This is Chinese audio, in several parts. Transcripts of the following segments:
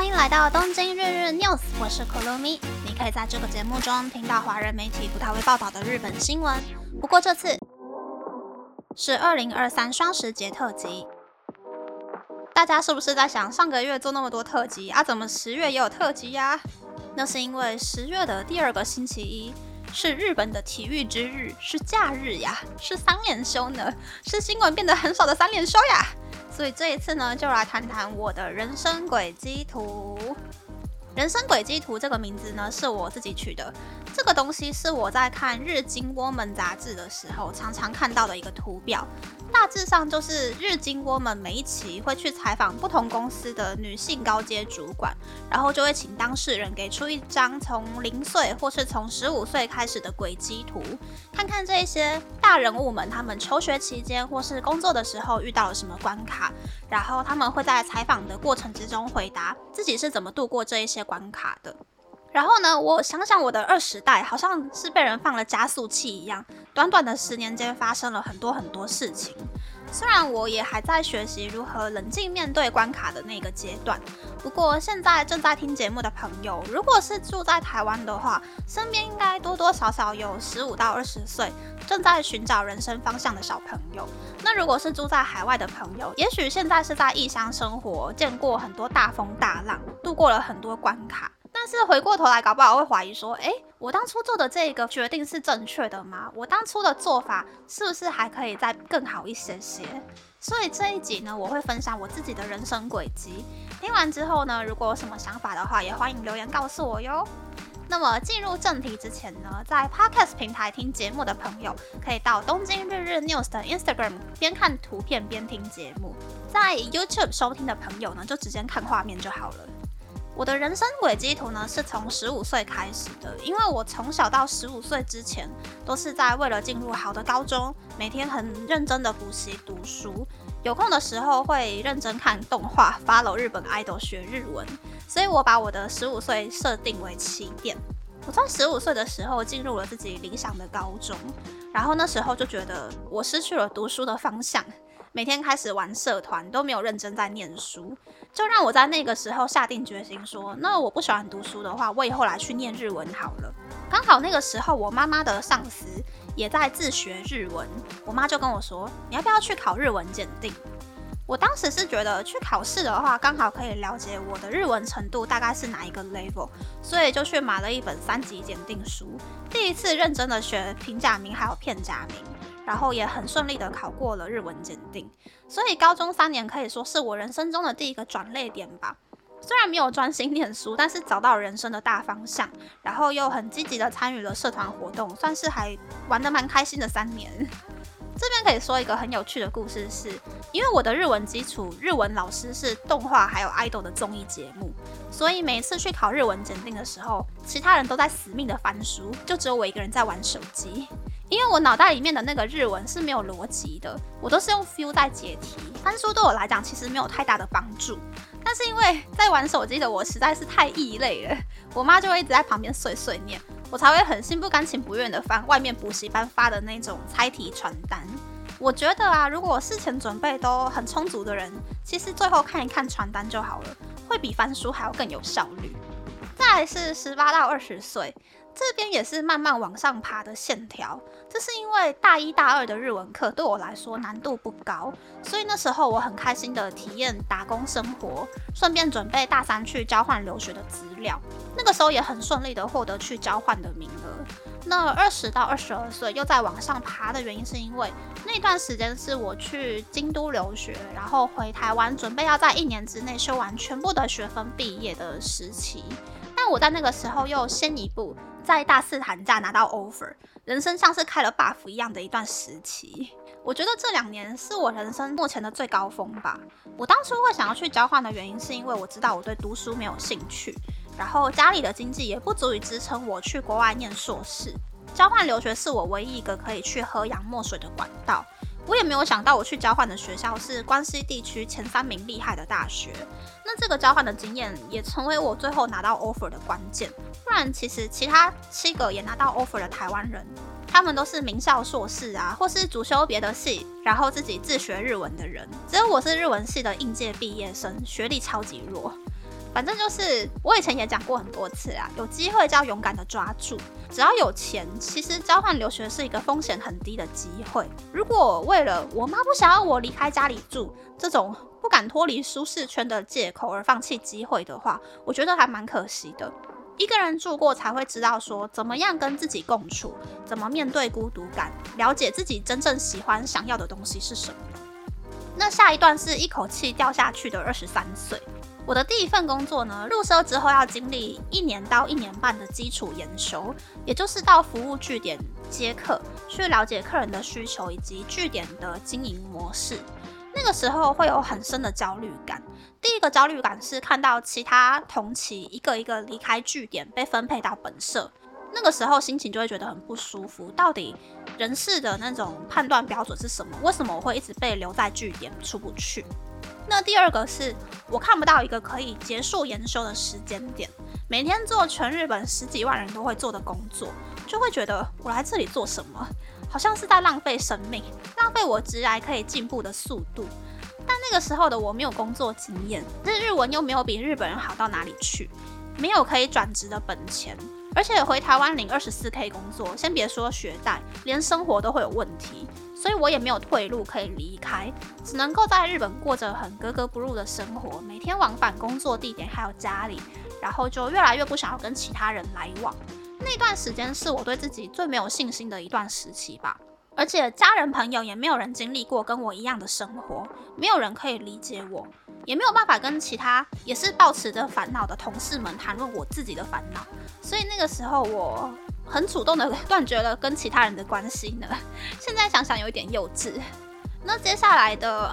迎来到东京日日 News， 我是 Kurumi。你可以在这个节目中听到华人媒体不太会报道的日本新闻，不过这次是2023双十节特辑。大家是不是在想，上个月做那么多特辑啊，怎么10月也有特辑呀？那是因为10月的第2个星期一是日本的体育之日，是假日呀，是3连休呢，是新闻变得很少的3连休呀。所以这一次呢，就来谈谈我的人生轨迹图。人生轨迹图这个名字呢，是我自己取的。这个东西是我在看日经 Woman 杂志的时候常常看到的一个图表。大致上就是日经 Woman 每一期会去采访不同公司的女性高阶主管，然后就会请当事人给出一张从0岁或是从15岁开始的轨迹图，看看这些大人物们他们求学期间或是工作的时候遇到了什么关卡，然后他们会在采访的过程之中回答自己是怎么度过这一些关卡的。然后呢，我想想我的20代好像是被人放了加速器一样，短短的10年间发生了很多事情。虽然我也还在学习如何冷静面对关卡的那个阶段，不过现在正在听节目的朋友，如果是住在台湾的话，身边应该多多少少有15到20岁正在寻找人生方向的小朋友。那如果是住在海外的朋友，也许现在是在异乡生活，见过很多大风大浪，度过了很多关卡。但是回过头来，搞不好会怀疑说，我当初做的这个决定是正确的吗？我当初的做法是不是还可以再更好一些些？所以这一集呢，我会分享我自己的人生轨迹。听完之后呢，如果有什么想法的话，也欢迎留言告诉我哟。那么进入正题之前呢，在 Podcast 平台听节目的朋友，可以到东京日日 News 的 Instagram 边看图片边听节目。在 YouTube 收听的朋友呢，就直接看画面就好了。我的人生轨迹图呢，是从15岁开始的，因为我从小到15岁之前，都是在为了进入好的高中，每天很认真的补习读书，有空的时候会认真看动画 ，follow 日本 idol 学日文，所以我把我的15岁设定为起点。我在15岁的时候进入了自己理想的高中，然后那时候就觉得我失去了读书的方向。每天开始玩社团，都没有认真在念书，就让我在那个时候下定决心说，那我不喜欢读书的话，我以后来去念日文好了。刚好那个时候我妈妈的上司也在自学日文，我妈就跟我说，你要不要去考日文检定？我当时是觉得去考试的话，刚好可以了解我的日文程度大概是哪一个 level， 所以就去买了一本3级检定书，第一次认真的学平假名还有片假名，然后也很顺利的考过了日文检定。所以高中3年可以说是我人生中的第一个转捩点吧。虽然没有专心念书，但是找到人生的大方向，然后又很积极的参与了社团活动，算是还玩得蛮开心的3年。这边可以说一个很有趣的故事是，因为我的日文基础，日文老师是动画还有 idol 的综艺节目，所以每一次去考日文检定的时候，其他人都在死命的翻书，就只有我一个人在玩手机。因为我脑袋里面的那个日文是没有逻辑的，我都是用 feel 在解题，翻书对我来讲其实没有太大的帮助。但是因为在玩手机的我实在是太异类了，我妈就会一直在旁边碎碎念，我才会很心不甘情不愿的翻外面补习班发的那种猜题传单。我觉得啊，如果事前准备都很充足的人，其实最后看一看传单就好了，会比翻书还要更有效率。再来是18到20岁，这边也是慢慢往上爬的线条。这是因为大1、大2的日文课对我来说难度不高，所以那时候我很开心的体验打工生活，顺便准备大3去交换留学的资料。那个时候也很顺利的获得去交换的名额。那20到22岁又在往上爬的原因是因为那段时间是我去京都留学，然后回台湾准备要在1年之内修完全部的学分毕业的时期。但我在那个时候又先一步在大4寒假拿到 offer， 人生像是开了 buff 一样的一段时期。我觉得这2年是我人生目前的最高峰吧。我当初会想要去交换的原因是因为我知道我对读书没有兴趣，然后家里的经济也不足以支撑我去国外念硕士。交换留学是我唯一一个可以去喝洋墨水的管道。我也没有想到我去交换的学校是关西地区前3名厉害的大学，那这个交换的经验也成为我最后拿到 offer 的关键。不然其实其他7个也拿到 offer 的台湾人，他们都是名校硕士啊，或是主修别的系，然后自己自学日文的人。只有我是日文系的应届毕业生，学历超级弱。 反正就是我以前也讲过很多次啊，有机会就要勇敢的抓住。只要有钱，其实交换留学是一个风险很低的机会。如果为了我妈不想要我离开家里住这种不敢脱离舒适圈的借口而放弃机会的话，我觉得还蛮可惜的。一个人住过才会知道说怎么样跟自己共处，怎么面对孤独感，了解自己真正喜欢想要的东西是什么。那下一段是一口气掉下去的23岁。我的第一份工作呢，入社之后要经历1年到1年半的基础研修，也就是到服务据点接客，去了解客人的需求以及据点的经营模式。那个时候会有很深的焦虑感。第一个焦虑感是看到其他同期一个一个离开据点被分配到本社，那个时候心情就会觉得很不舒服。到底人事的那种判断标准是什么？为什么我会一直被留在据点出不去？那第二个是我看不到一个可以结束研修的时间点，每天做全日本10几万人都会做的工作，就会觉得我来这里做什么？好像是在浪费生命，浪费我职涯可以进步的速度。但那个时候的我没有工作经验，日文又没有比日本人好到哪里去，没有可以转职的本钱，而且回台湾领24K 工作，先别说学贷，连生活都会有问题，所以我也没有退路可以离开，只能够在日本过着很格格不入的生活，每天往返工作地点还有家里，然后就越来越不想要跟其他人来往。那段时间是我对自己最没有信心的一段时期吧，而且家人朋友也没有人经历过跟我一样的生活，没有人可以理解我，也没有办法跟其他也是抱持着烦恼的同事们谈论我自己的烦恼，所以那个时候我很主动的断绝了跟其他人的关系呢。现在想想有一点幼稚。那接下来的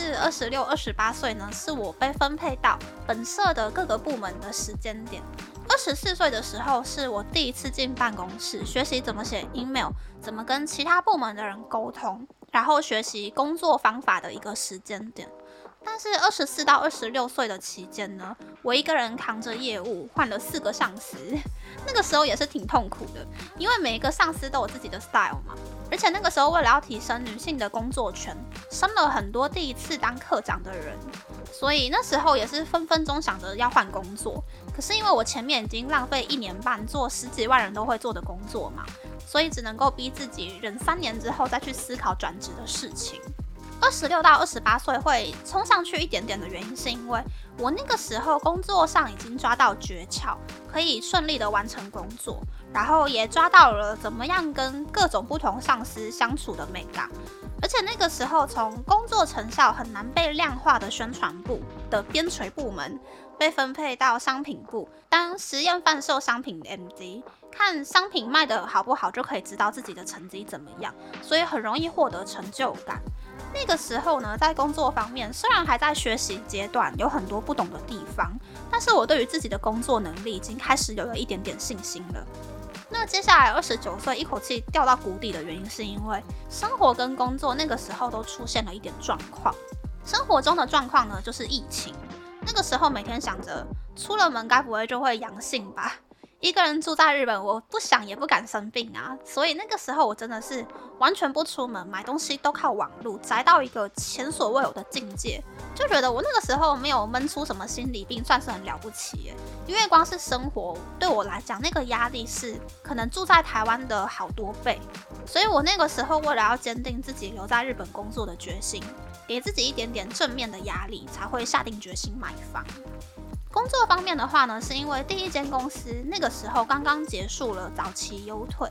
24、26、28岁呢，是我被分配到本社的各个部门的时间点。24岁的时候是我第一次进办公室，学习怎么写 email， 怎么跟其他部门的人沟通，然后学习工作方法的一个时间点。但是24到26岁的期间呢，我一个人扛着业务，换了4个上司，那个时候也是挺痛苦的，因为每一个上司都有自己的 style 嘛。而且那个时候为了要提升女性的工作权，生了很多第一次当科长的人，所以那时候也是分分钟想着要换工作。可是因为我前面已经浪费1年半做10几万人都会做的工作嘛，所以只能够逼自己忍3年之后再去思考转职的事情。26到28岁会冲上去一点点的原因，是因为我那个时候工作上已经抓到诀窍，可以顺利的完成工作，然后也抓到了怎么样跟各种不同上司相处的美感。而且那个时候从工作成效很难被量化的宣传部的边陲部门，被分配到商品部当实验贩售商品的 MD， 看商品卖得好不好就可以知道自己的成绩怎么样，所以很容易获得成就感。那个时候呢，在工作方面虽然还在学习阶段，有很多不懂的地方，但是我对于自己的工作能力已经开始有了一点点信心了。那接下来29岁一口气掉到谷底的原因，是因为生活跟工作那个时候都出现了一点状况。生活中的状况呢，就是疫情。那个时候每天想着出了门该不会就会阳性吧，一个人住在日本，我不想也不敢生病啊，所以那个时候我真的是完全不出门，买东西都靠网路，宅到一个前所未有的境界，就觉得我那个时候没有闷出什么心理病，算是很了不起耶。因为光是生活对我来讲，那个压力是可能住在台湾的好多倍，所以我那个时候为了要坚定自己留在日本工作的决心，给自己一点点正面的压力，才会下定决心买房。工作方面的话呢，是因为第一间公司那个时候刚刚结束了早期优退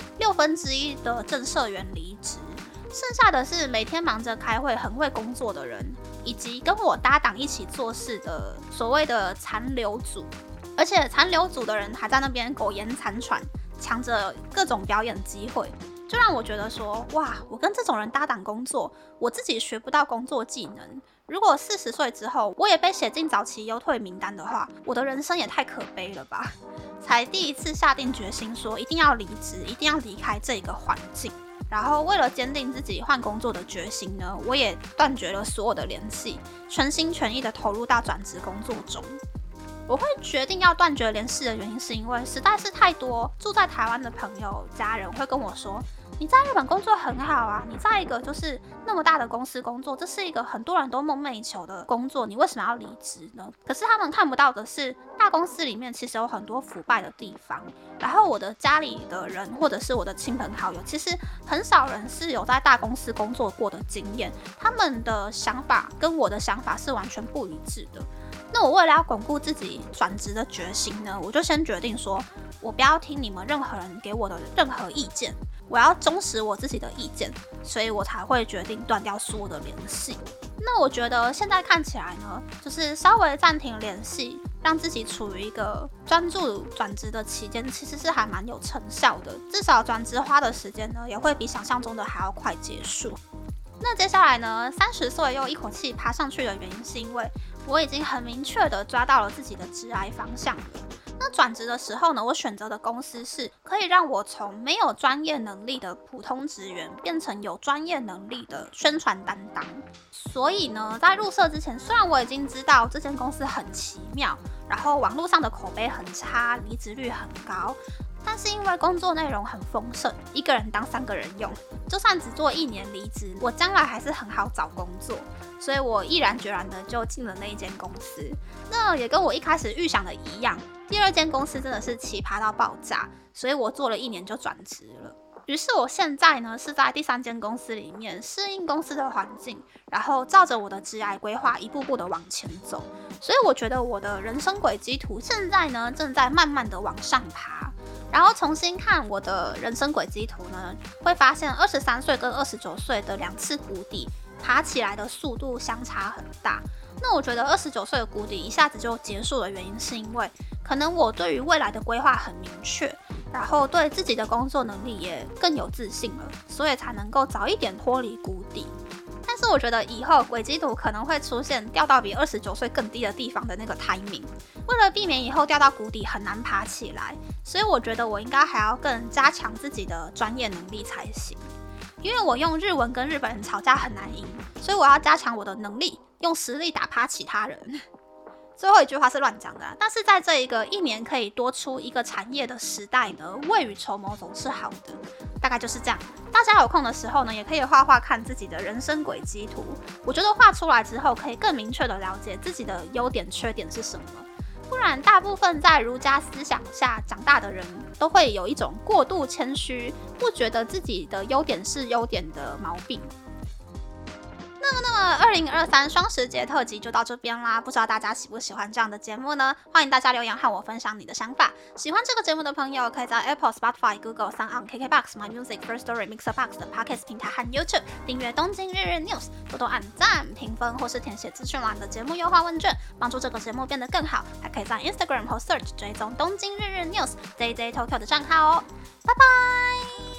，1/6的正社员离职，剩下的是每天忙着开会很会工作的人，以及跟我搭档一起做事的所谓的残留组。而且残留组的人还在那边苟延残喘，抢着各种表演机会，就让我觉得说，哇，我跟这种人搭档工作，我自己学不到工作技能。如果40岁之后我也被写进早期优退名单的话，我的人生也太可悲了吧。才第一次下定决心说一定要离职，一定要离开这个环境。然后为了坚定自己换工作的决心呢，我也断绝了所有的联系，全心全意的投入到转职工作中。我会决定要断绝联系的原因，是因为实在是太多住在台湾的朋友、家人会跟我说， 你在日本工作很好啊，你在一个就是那么大的公司工作，这是一个很多人都梦寐以求的工作，你为什么要离职呢？可是他们看不到的是，大公司里面其实有很多腐败的地方。然后我的家里的人或者是我的亲朋好友，其实很少人是有在大公司工作过的经验，他们的想法跟我的想法是完全不一致的。那我为了要巩固自己转职的决心呢，我就先决定说，我不要听你们任何人给我的任何意见，我要忠实我自己的意见，所以我才会决定断掉所有的联系。那我觉得现在看起来呢，就是稍微暂停联系，让自己处于一个专注转职的期间，其实是还蛮有成效的。至少转职花的时间呢，也会比想象中的还要快结束。那接下来呢，30岁又一口气爬上去的原因，是因为我已经很明确的抓到了自己的职涯方向了。那转职的时候呢，我选择的公司是可以让我从没有专业能力的普通职员变成有专业能力的宣传担当。所以呢，在入社之前，虽然我已经知道这间公司很奇妙，然后网络上的口碑很差，离职率很高，但是因为工作内容很丰盛，一个人当3个人用，就算只做1年离职，我将来还是很好找工作，所以我毅然决然的就进了那一间公司。那也跟我一开始预想的一样，第2间公司真的是奇葩到爆炸，所以我做了1年就转职了。于是我现在呢是在第3间公司里面适应公司的环境，然后照着我的职涯规划一步步的往前走。所以我觉得我的人生轨迹图现在呢正在慢慢的往上爬。然后重新看我的人生轨迹图呢，会发现23岁跟29岁的2次谷底，爬起来的速度相差很大。那我觉得29岁的谷底一下子就结束的原因，是因为可能我对于未来的规划很明确，然后对自己的工作能力也更有自信了，所以才能够早一点脱离谷底。但是我觉得以后轨迹图可能会出现掉到比29岁更低的地方的那个 timing， 为了避免以后掉到谷底很难爬起来，所以我觉得我应该还要更加强自己的专业能力才行。因为我用日文跟日本人吵架很难赢，所以我要加强我的能力，用实力打趴其他人。最后一句话是乱讲的，但是在这一个1年可以多出一个产业的时代呢，未雨绸缪总是好的，大概就是这样。大家有空的时候呢，也可以画画看自己的人生轨迹图，我觉得画出来之后可以更明确的了解自己的优点缺点是什么。不然大部分在儒家思想下长大的人都会有一种过度谦虚，不觉得自己的优点是优点的毛病。那么2023双十节特辑就到这边啦，不知道大家喜不喜欢这样的节目呢？欢迎大家留言和我分享你的想法。喜欢这个节目的朋友，可以在 Apple、Spotify、Google、SoundOn、KKBox、MyMusicFirstStory、Mixerbox 的 Podcast 平台和 YouTube 订阅东京日日 News， 多多按赞、评分或是填写资讯栏的节目优化问卷，帮助这个节目变得更好。还可以在 Instagram 或 Search 追踪东京日日 News JJ Tokyo 的账号哦。拜拜。